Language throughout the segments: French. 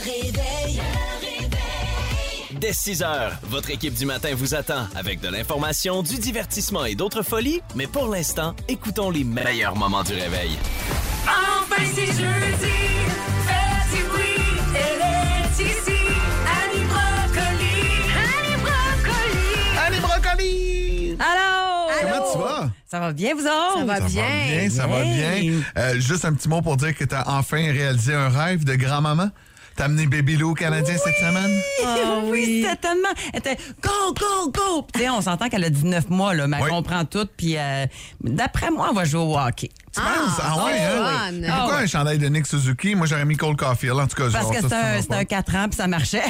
réveil. Dès 6h, votre équipe du matin vous attend avec de l'information, du divertissement et d'autres folies. Mais pour l'instant, écoutons les meilleurs moments du réveil. Enfin c'est jeudi, faites du bruit, elle est ici, Annie Brocoli. Allez, brocoli! Allô! Comment tu vas? Ça va bien, vous autres? Ça va bien. Juste un petit mot pour dire que tu as enfin réalisé un rêve de grand-maman. T'as amené Baby Lou au Canadien cette semaine? Oui, c'était tellement... Elle était go, go, go! Tu sais, on s'entend qu'elle a 19 mois, là, mais elle comprend tout. Puis d'après moi, elle va jouer au hockey. Tu penses? Ah ouais, hein? Pourquoi un chandail de Nick Suzuki? Moi, j'aurais mis Cole Caulfield. En tout cas, parce que c'est un 4 ans puis ça marchait.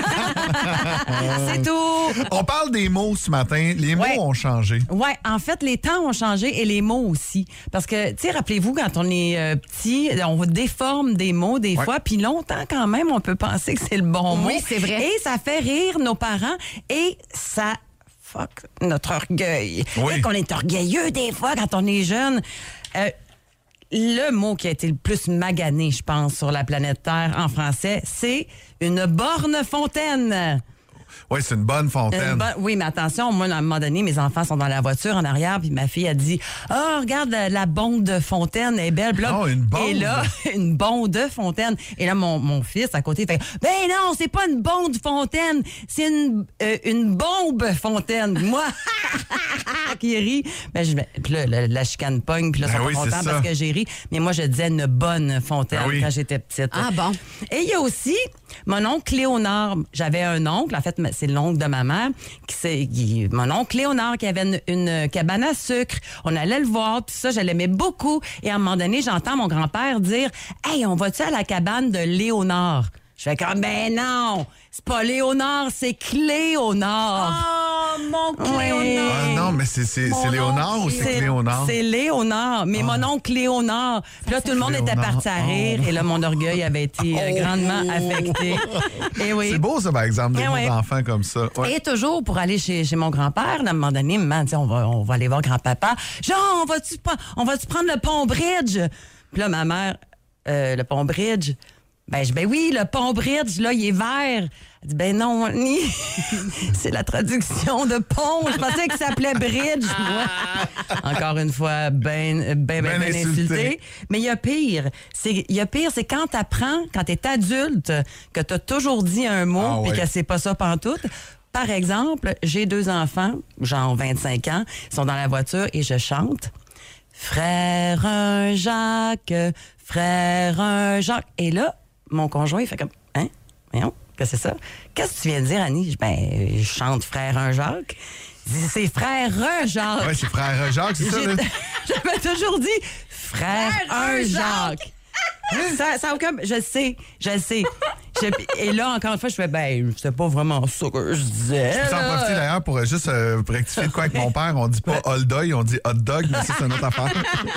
C'est tout. On parle des mots ce matin. Les mots ont changé. Oui, en fait, les temps ont changé et les mots aussi. Parce que, tu sais, rappelez-vous, quand on est petit, on déforme des mots des fois, puis longtemps quand même, on peut penser que c'est le bon mot. Oui, c'est vrai. Et ça fait rire nos parents et ça fuck notre orgueil. Oui. Et qu'on est orgueilleux des fois quand on est jeune. Le mot qui a été le plus magané, je pense, sur la planète Terre en français, c'est une borne fontaine. Oui, c'est une bonne fontaine. Oui, mais attention, moi, à un moment donné, mes enfants sont dans la voiture en arrière, puis ma fille a dit « Oh, regarde, la bonde de fontaine est belle. » une bonde. Et là, une bonde de fontaine. Et là, mon fils, à côté, fait « Ben non, c'est pas une bonde fontaine, c'est une bombe fontaine. » Moi, qui rit. Ben, puis là, la chicane pogne, puis là, ils sont pas contents parce que j'ai ri. Mais moi, je disais une bonne fontaine quand j'étais petite. Ah bon? Et il y a aussi mon oncle Léonard. J'avais un oncle, en fait, c'est l'oncle de ma mère, mon oncle Léonard qui avait une cabane à sucre. On allait le voir, puis ça, je l'aimais beaucoup. Et à un moment donné, j'entends mon grand-père dire « Hey, on va-tu à la cabane de Léonard? » Je fais comme « Ben non, c'est pas Léonard, c'est Cléonard. » Oh, mon Cléonard! Ah non, mais c'est Léonard ou c'est Cléonard? C'est Léonard, mais mon oncle Léonard. Puis là, tout le monde était parti à rire et là, mon orgueil avait été grandement affecté. Et oui. C'est beau, ça, par exemple, des mots d'enfants comme ça. Ouais. Et toujours pour aller chez mon grand-père, à un moment donné, maman dit, on va aller voir grand-papa. Genre, on va-tu prendre le pont Bridge? Puis là, ma mère, le pont Bridge... Ben oui, le pont Bridge, là, il est vert. Elle dit, ben non, c'est la traduction de pont. Je pensais que ça s'appelait Bridge, moi. Encore une fois, ben insulté. Mais il y a pire. C'est quand t'apprends, quand t'es adulte, que t'as toujours dit un mot puis que c'est pas ça pantoute. Par exemple, j'ai 2 enfants, genre 25 ans, ils sont dans la voiture et je chante. Frère un Jacques, frère un Jacques. Et là, mon conjoint, il fait comme, hein? Voyons, qu'est-ce que c'est ça? Qu'est-ce que tu viens de dire, Annie? Je chante frère un Jacques. Il dit, c'est frère un Jacques. Oui, c'est frère un Jacques, c'est ça, là? J'avais toujours dit frère un Jacques. Ça a aucun... Je sais. Et là, encore une fois, je fais, c'était pas vraiment ça que je disais. Je peux en profiter d'ailleurs pour juste rectifier de quoi avec mon père. On dit pas hot dog, on dit hot dog, mais ça, c'est une autre affaire.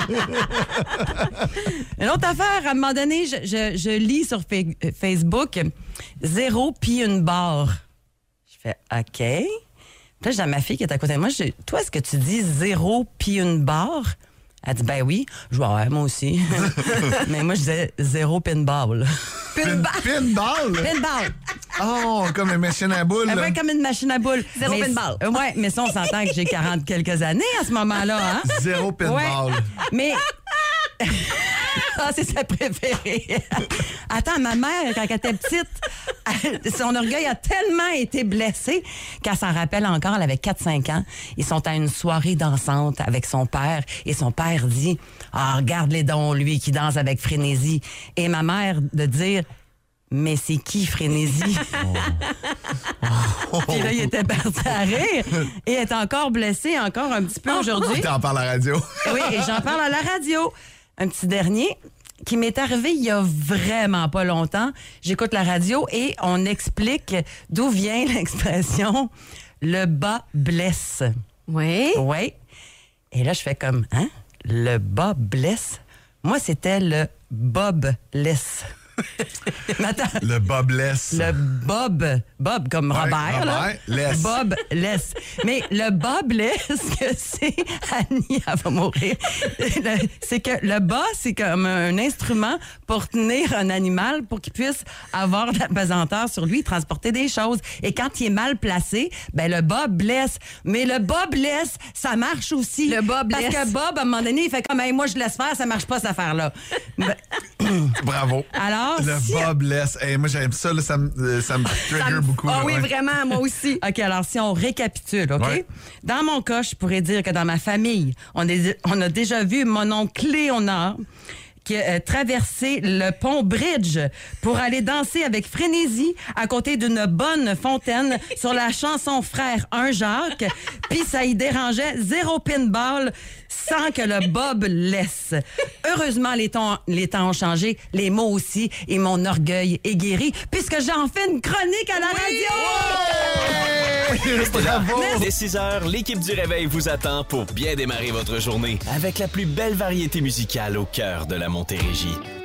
Une autre affaire, à un moment donné, je lis sur Facebook 0 puis une barre. Je fais OK. Puis là, j'ai ma fille qui est à côté de moi. Toi, est-ce que tu dis 0 puis une barre? Elle dit, ben oui. Je vois, ouais, moi aussi. Mais moi, je disais 0 pinball. Pinball? Pinball. Oh, comme une machine à boules. Ouais, comme une machine à boules. 0 pinball. Ouais, mais ça, on s'entend que j'ai 40 quelques années à ce moment-là. Hein? 0 pinball. Ouais. Mais... Ah, c'est sa préférée. Attends, ma mère, quand elle était petite, son orgueil a tellement été blessé qu'elle s'en rappelle encore. Elle avait 4-5 ans. Ils sont à une soirée dansante avec son père et son père dit « Ah, regarde-les donc, lui qui danse avec frénésie. » Et ma mère de dire « Mais c'est qui frénésie? » Puis là, il était parti à rire et est encore blessé encore un petit peu aujourd'hui. T'en parles à la radio. Oui, et j'en parle à la radio. Un petit dernier qui m'est arrivé il y a vraiment pas longtemps. J'écoute la radio et on explique d'où vient l'expression « le bas blesse ». Oui. Oui. Et là, je fais comme « Hein? Le bas blesse? » Moi, c'était le Bob laisse. Mais attends. Le bobless. Le Bob comme Robert, là. Robert, laisse. Bob laisse. Mais le Bob laisse, que c'est Annie, elle va mourir. C'est que le bas, c'est comme un instrument pour tenir un animal pour qu'il puisse avoir de la pesanteur sur lui, transporter des choses. Et quand il est mal placé, ben le Bob laisse. Mais le Bob laisse, ça marche aussi. Le Bob Parce laisse. que Bob, à un moment donné, il fait comme, hey, moi, je laisse faire, ça marche pas, cette affaire-là. Ben, Bravo. alors, Le si... bobless. Hey, moi, j'aime ça, là, ça me trigger beaucoup. Ah là, oui, ouais. vraiment, moi aussi. OK, alors si on récapitule, OK? Ouais. Dans mon cas, je pourrais dire que dans ma famille, on a déjà vu mon oncle Léonard qui a traversé le pont Bridge pour aller danser avec frénésie à côté d'une bonne fontaine sur la chanson Frère un Jacques. Puis ça y dérangeait 0 pinball sans que le Bob laisse. Heureusement, les temps ont changé, les mots aussi, et mon orgueil est guéri puisque j'en fais une chronique à la radio! Bravo. Dès 6 heures, l'équipe du Réveil vous attend pour bien démarrer votre journée avec la plus belle variété musicale au cœur de la Montérégie.